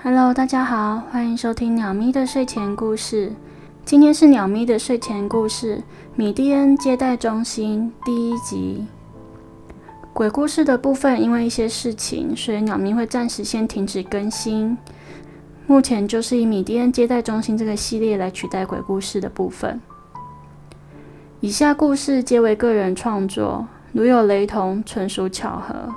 Hello， 大家好，欢迎收听鸟咪的睡前故事。今天是鸟咪的睡前故事，米蒂恩接待中心第1集。鬼故事的部分因为一些事情，所以鸟咪会暂时先停止更新。目前就是以米蒂恩接待中心这个系列来取代鬼故事的部分。以下故事皆为个人创作，如有雷同，纯属巧合。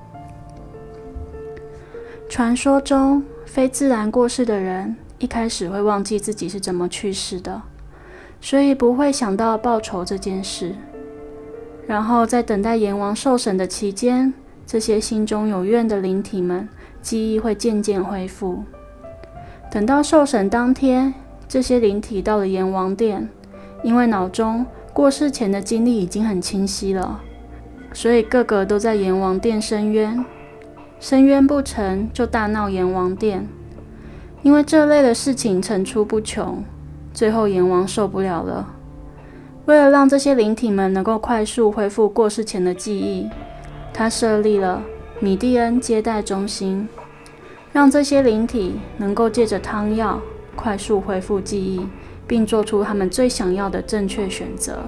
传说中，非自然过世的人一开始会忘记自己是怎么去世的，所以不会想到报仇这件事。然后在等待阎王受审的期间，这些心中有怨的灵体们记忆会渐渐恢复。等到受审当天，这些灵体到了阎王殿，因为脑中过世前的经历已经很清晰了，所以个个都在阎王殿申冤。申冤不成，就大闹阎王殿。因为这类的事情层出不穷，最后阎王受不了了。为了让这些灵体们能够快速恢复过世前的记忆，他设立了米蒂恩接待中心，让这些灵体能够借着汤药快速恢复记忆，并做出他们最想要的正确选择。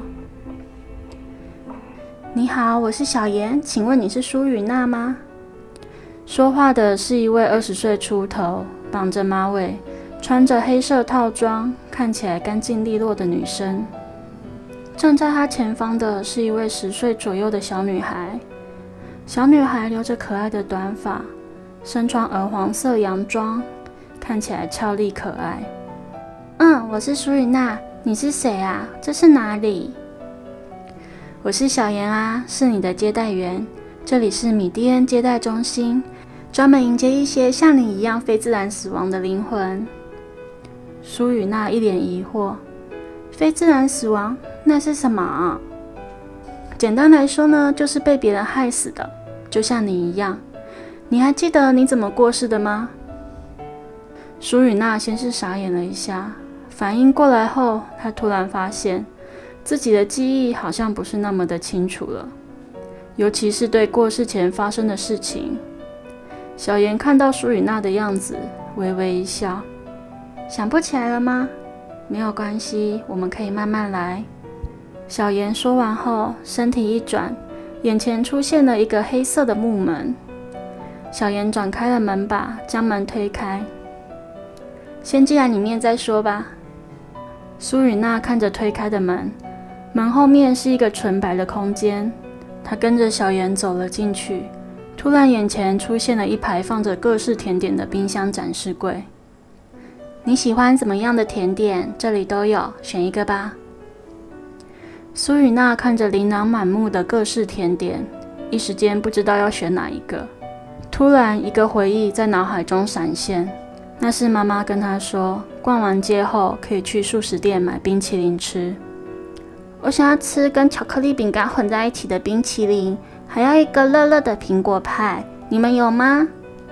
你好，我是小妍，请问你是舒雨娜吗？说话的是一位20岁出头，绑着马尾，穿着黑色套装，看起来干净利落的女生。站在她前方的是一位10岁左右的小女孩。小女孩留着可爱的短发，身穿鹅黄色洋装，看起来俏丽可爱。我是舒雨娜，你是谁啊？这是哪里？我是小妍啊，是你的接待员。这里是米蒂恩接待中心，专门迎接一些像你一样非自然死亡的灵魂。舒雨娜一脸疑惑，非自然死亡那是什么啊？简单来说呢，就是被别人害死的，就像你一样。你还记得你怎么过世的吗？舒雨娜先是傻眼了一下，反应过来后，她突然发现自己的记忆好像不是那么的清楚了，尤其是对过世前发生的事情。小妍看到舒雨娜的样子，微微一笑。想不起来了吗？没有关系，我们可以慢慢来。小妍说完后，身体一转，眼前出现了一个黑色的木门。小妍转开了门把，将门推开。先进来里面再说吧。舒雨娜看着推开的门，门后面是一个纯白的空间。她跟着小妍走了进去，突然眼前出现了一排放着各式甜点的冰箱展示柜。你喜欢怎么样的甜点？这里都有，选一个吧。舒雨娜看着琳琅满目的各式甜点，一时间不知道要选哪一个。突然一个回忆在脑海中闪现，那是妈妈跟她说，逛完街后可以去素食店买冰淇淋吃。我想要吃跟巧克力饼干混在一起的冰淇淋，还要一个热热的苹果派，你们有吗？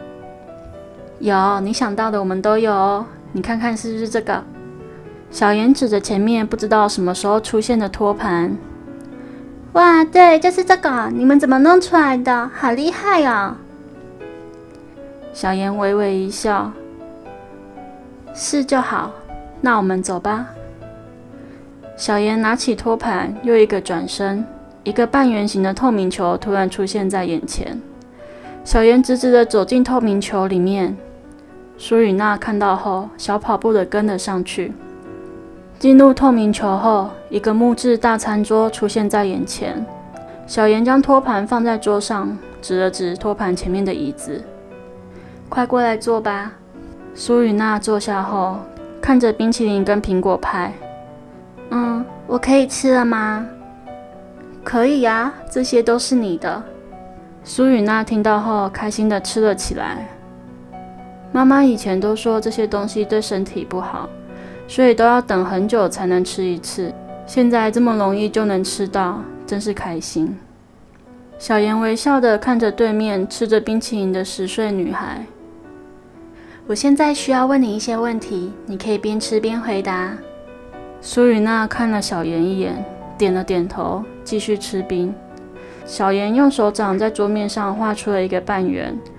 有，你想到的我们都有哦。你看看是不是这个？小妍指着前面不知道什么时候出现的托盘。哇，对，就是这个，你们怎么弄出来的？好厉害哦！小妍微微一笑。是就好，那我们走吧。小妍拿起托盘，又一个转身，一个半圆形的透明球突然出现在眼前。小妍直直地走进透明球里面。舒雨娜看到后，小跑步地跟了上去。进入透明球后，一个木质大餐桌出现在眼前。小妍将托盘放在桌上，指了指托盘前面的椅子。快过来坐吧。舒雨娜坐下后，看着冰淇淋跟苹果派。我可以吃了吗？可以啊，这些都是你的。舒雨娜听到后，开心地吃了起来。妈妈以前都说这些东西对身体不好，所以都要等很久才能吃一次。现在这么容易就能吃到，真是开心。小妍微笑地看着对面吃着冰淇淋的10岁女孩。我现在需要问你一些问题，你可以边吃边回答。舒雨娜看了小妍一眼，点了点头，继续吃冰。小妍用手掌在桌面上画出了一个半圆，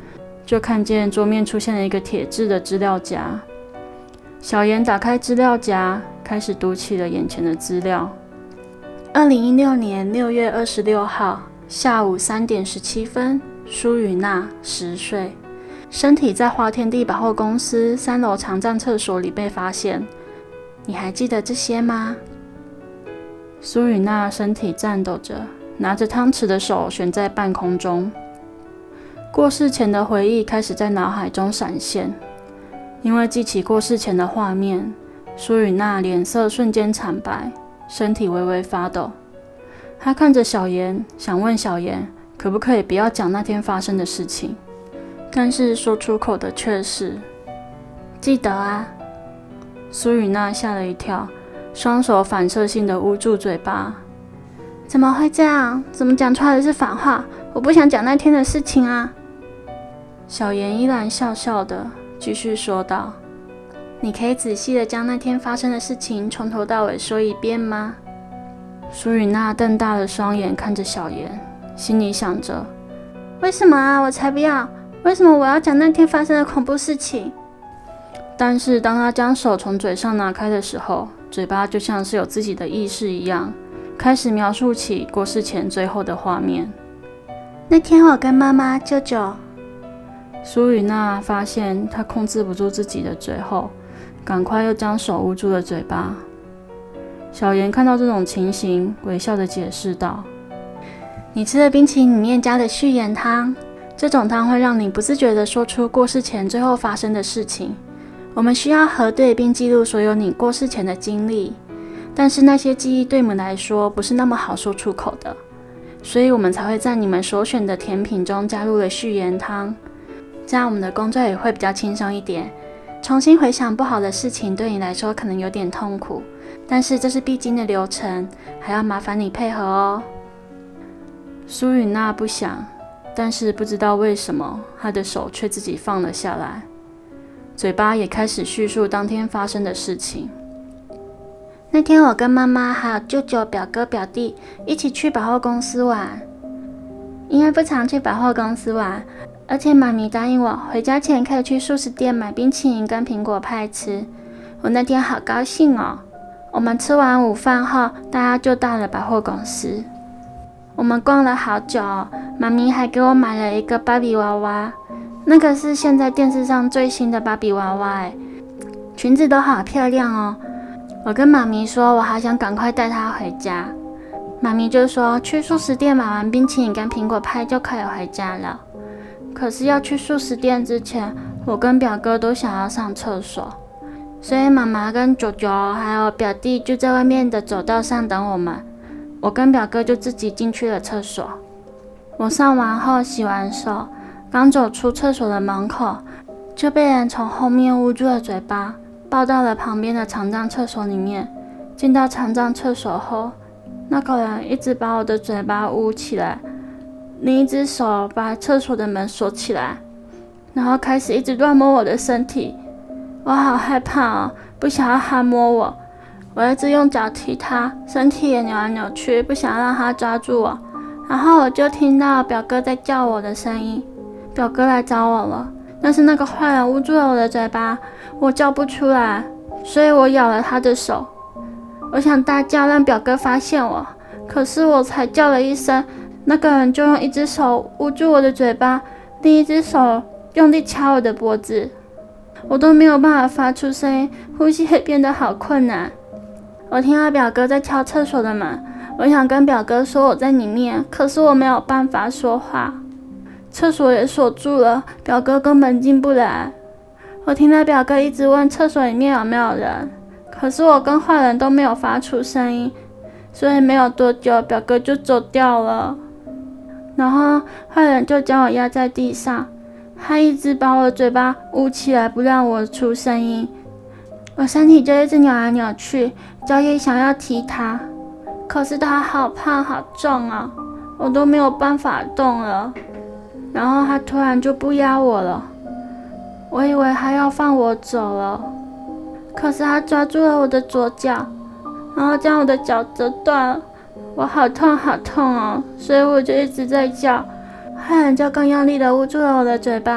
就看见桌面出现了一个铁质的资料夹。小妍打开资料夹，开始读起了眼前的资料。2016年6月26号下午3点17分，苏雨娜10岁，身体在华天地百货公司3楼长站厕所里被发现。你还记得这些吗？苏雨娜身体颤抖着，拿着汤匙的手悬在半空中。过世前的回忆开始在脑海中闪现，因为记起过世前的画面，苏雨娜脸色瞬间惨白，身体微微发抖。她看着小妍，想问小妍可不可以不要讲那天发生的事情，但是说出口的却是记得啊。苏雨娜吓了一跳，双手反射性的捂住嘴巴。怎么会这样？怎么讲出来的是反话？我不想讲那天的事情啊。小妍依然笑笑的继续说道，你可以仔细的将那天发生的事情从头到尾说一遍吗？苏雨娜瞪大了双眼看着小妍，心里想着，为什么啊？我才不要！为什么我要讲那天发生的恐怖事情？但是当她将手从嘴上拿开的时候，嘴巴就像是有自己的意识一样，开始描述起过世前最后的画面。那天我跟妈妈、舅舅……苏雨娜发现她控制不住自己的嘴后，赶快又将手捂住了嘴巴。小妍看到这种情形，微笑的解释道，你吃的冰淇淋里面加了续盐汤，这种汤会让你不自觉地说出过世前最后发生的事情。我们需要核对并记录所有你过世前的经历，但是那些记忆对我们来说不是那么好说出口的，所以我们才会在你们所选的甜品中加入了续盐汤，这样我们的工作也会比较轻松一点。重新回想不好的事情对你来说可能有点痛苦，但是这是必经的流程，还要麻烦你配合哦。苏雨娜不想，但是不知道为什么她的手却自己放了下来，嘴巴也开始叙述当天发生的事情。那天我跟妈妈还有舅舅、表哥、表弟一起去百货公司玩，因为不常去百货公司玩，而且妈咪答应我回家前可以去素食店买冰淇淋跟苹果派吃。我那天好高兴哦。我们吃完午饭后，大家就到了百货公司。我们逛了好久哦，妈咪还给我买了一个芭比娃娃，那个是现在电视上最新的芭比娃娃，裙子都好漂亮哦。我跟妈咪说，我好想赶快带她回家。妈咪就说，去素食店买完冰淇淋跟苹果派就可以回家了。可是要去素食店之前，我跟表哥都想要上厕所，所以妈妈跟舅舅还有表弟就在外面的走道上等我们。我跟表哥就自己进去了厕所。我上完后洗完手，刚走出厕所的门口，就被人从后面捂住了嘴巴，抱到了旁边的长帐厕所里面。进到长帐厕所后，那个人一直把我的嘴巴捂起来，另一只手把厕所的门锁起来，然后开始一直乱摸我的身体。我好害怕哦，不想要他摸我。我一直用脚踢他，身体也扭来扭去，不想让他抓住我。然后我就听到表哥在叫我的声音，表哥来找我了。但是那个坏人捂住了我的嘴巴，我叫不出来，所以我咬了他的手。我想大叫让表哥发现我，可是我才叫了一声，那个人就用一只手捂住我的嘴巴，另一只手用力掐我的脖子，我都没有办法发出声音，呼吸也变得好困难。我听到表哥在敲厕所的门，我想跟表哥说我在里面，可是我没有办法说话。厕所也锁住了，表哥根本进不来。我听到表哥一直问厕所里面有没有人，可是我跟坏人都没有发出声音，所以没有多久表哥就走掉了。然后坏人就将我压在地上，他一直把我的嘴巴捂起来，不让我出声音。我身体就一直扭来扭去，脚也想要踢他，可是他好胖好重啊，我都没有办法动了。然后他突然就不压我了，我以为他要放我走了，可是他抓住了我的左脚，然后将我的脚折断了。我好痛好痛哦，所以我就一直在叫。坏人就更用力的捂住了我的嘴巴，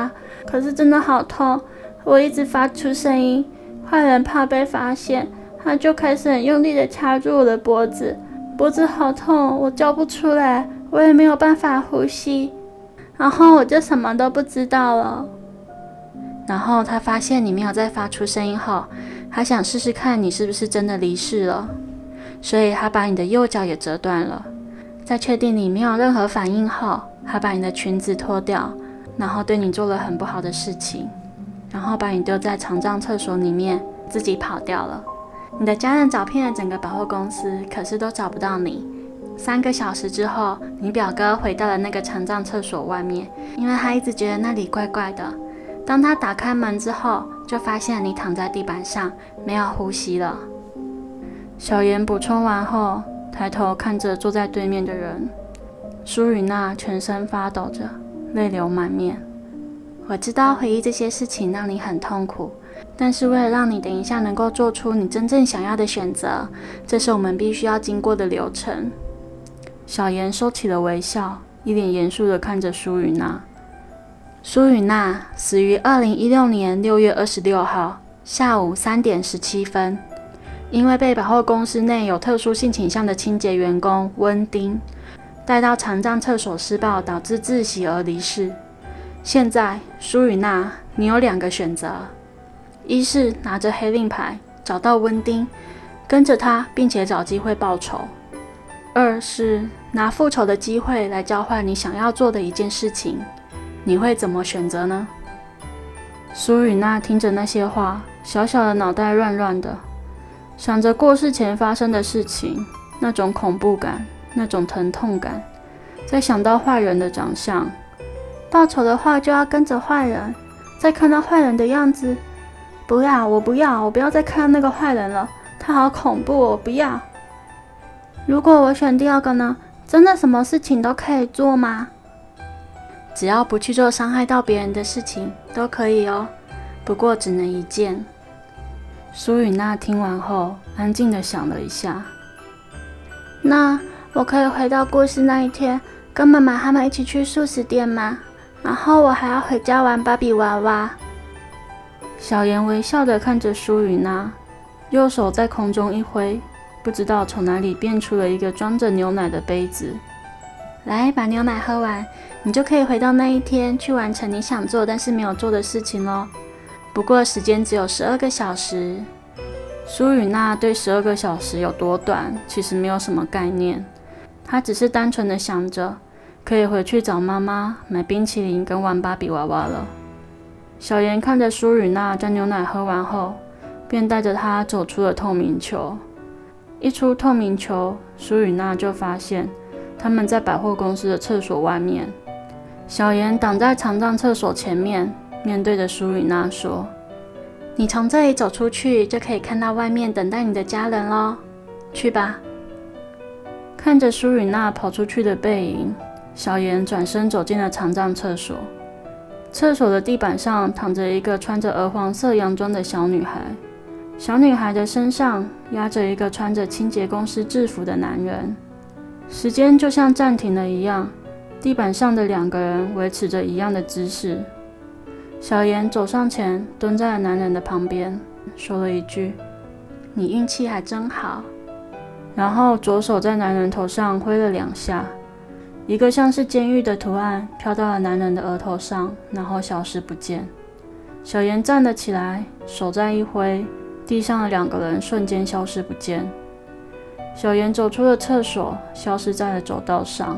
可是真的好痛，我一直发出声音，坏人怕被发现，他就开始很用力的掐住我的脖子，脖子好痛，我叫不出来，我也没有办法呼吸，然后我就什么都不知道了。然后他发现你没有再发出声音后，他想试试看你是不是真的离世了，所以他把你的右脚也折断了。在确定你没有任何反应后，他把你的裙子脱掉，然后对你做了很不好的事情，然后把你丢在残障厕所里面，自己跑掉了。你的家人找遍了整个百货公司，可是都找不到你。3个小时之后，你表哥回到了那个残障厕所外面，因为他一直觉得那里怪怪的。当他打开门之后，就发现你躺在地板上，没有呼吸了。小妍补充完后，抬头看着坐在对面的人，苏雨娜全身发抖着，泪流满面。我知道回忆这些事情让你很痛苦，但是为了让你等一下能够做出你真正想要的选择，这是我们必须要经过的流程。小妍收起了微笑，一脸严肃地看着苏雨娜。苏雨娜死于2016年6月26号下午3点17分，因为被百货公司内有特殊性倾向的清洁员工温丁带到残障厕所施暴，导致窒息而离世。现在，苏雨娜，你有2个选择：一是拿着黑令牌找到温丁，跟着他，并且找机会报仇；二是拿复仇的机会来交换你想要做的一件事情。你会怎么选择呢？苏雨娜听着那些话，小小的脑袋乱乱的，想着过世前发生的事情，那种恐怖感，那种疼痛感。再想到坏人的长相，报仇的话就要跟着坏人，再看到坏人的样子，不要，我不要再看那个坏人了，他好恐怖，我不要。如果我选第2个呢？真的什么事情都可以做吗？只要不去做伤害到别人的事情都可以哦，不过只能1件。苏雨娜听完后安静地想了一下，那我可以回到故事那一天，跟妈妈他们一起去素食店吗？然后我还要回家玩芭比娃娃。小妍微笑地看着苏雨娜，右手在空中一挥，不知道从哪里变出了一个装着牛奶的杯子。来，把牛奶喝完，你就可以回到那一天，去完成你想做但是没有做的事情咯。不过时间只有12个小时。苏雨娜对12个小时有多短，其实没有什么概念。她只是单纯的想着，可以回去找妈妈，买冰淇淋跟玩芭比娃娃了。小妍看着苏雨娜将牛奶喝完后，便带着她走出了透明球。一出透明球，苏雨娜就发现他们在百货公司的厕所外面。小妍挡在残障厕所前面，面对着苏雨娜说：你从这里走出去，就可以看到外面等待你的家人咯，去吧。看着苏雨娜跑出去的背影，小妍转身走进了残障厕所。厕所的地板上躺着一个穿着鹅黄色洋装的小女孩，小女孩的身上压着一个穿着清洁公司制服的男人。时间就像暂停了一样，地板上的2个人维持着一样的姿势。小妍走上前，蹲在了男人的旁边，说了一句：你运气还真好。然后左手在男人头上挥了2下，一个像是监狱的图案飘到了男人的额头上，然后消失不见。小妍站了起来，手再一挥，地上的2个人瞬间消失不见。小妍走出了厕所，消失在了走道上。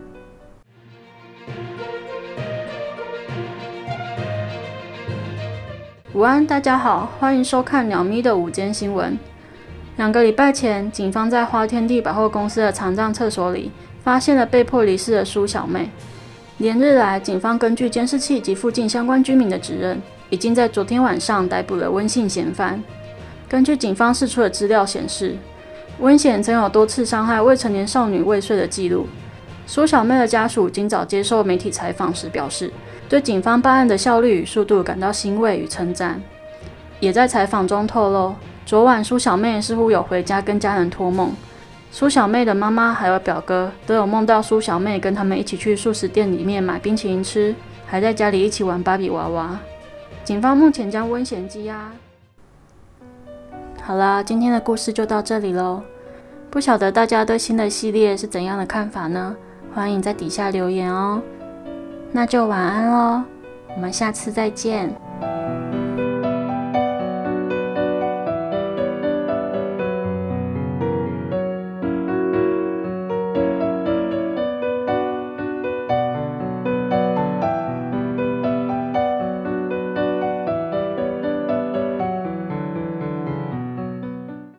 午安，大家好，欢迎收看鸟咪的午间新闻。2个礼拜前，警方在花天地百货公司的残障厕所里发现了被迫离世的苏小妹。连日来，警方根据监视器及附近相关居民的指认，已经在昨天晚上逮捕了温姓嫌犯。根据警方释出的资料显示，温贤曾有多次伤害未成年少女未遂的记录。苏小妹的家属今早接受媒体采访时表示，对警方办案的效率与速度感到欣慰与称赞。也在采访中透露，昨晚苏小妹似乎有回家跟家人托梦。苏小妹的妈妈还有表哥都有梦到苏小妹跟他们一起去素食店里面买冰淇淋吃， 还在家里一起玩芭比娃娃。警方目前将温贤羁押。好啦，今天的故事就到这里咯。不晓得大家对新的系列是怎样的看法呢？欢迎在底下留言哦。那就晚安咯，我们下次再见。